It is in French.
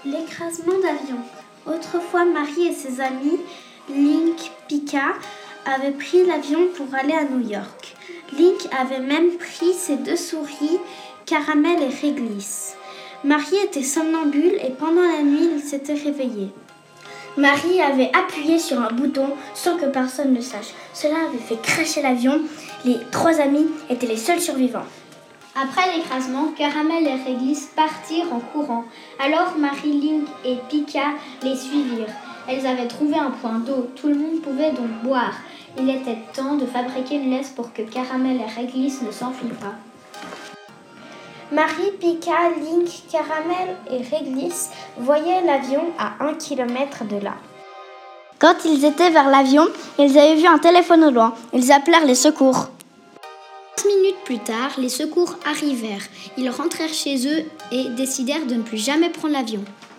L'écrasement d'avion. Autrefois, Marie et ses amis, Link, Pika, avaient pris l'avion pour aller à New York. Link avait même pris ses 2 souris, Caramel et Réglisse. Marie était somnambule et pendant la nuit, il s'était réveillé. Marie avait appuyé sur un bouton sans que personne ne sache. Cela avait fait cracher l'avion. Les 3 amis étaient les seuls survivants. Après l'écrasement, Caramel et Réglisse partirent en courant. Alors Marie, Link et Pika les suivirent. Elles avaient trouvé un point d'eau. Tout le monde pouvait donc boire. Il était temps de fabriquer une laisse pour que Caramel et Réglisse ne s'enfuient pas. Marie, Pika, Link, Caramel et Réglisse voyaient l'avion à 1 kilomètre de là. Quand ils étaient vers l'avion, ils avaient vu un téléphone au loin. Ils appelèrent les secours. 15 minutes plus tard, les secours arrivèrent. Ils rentrèrent chez eux et décidèrent de ne plus jamais prendre l'avion.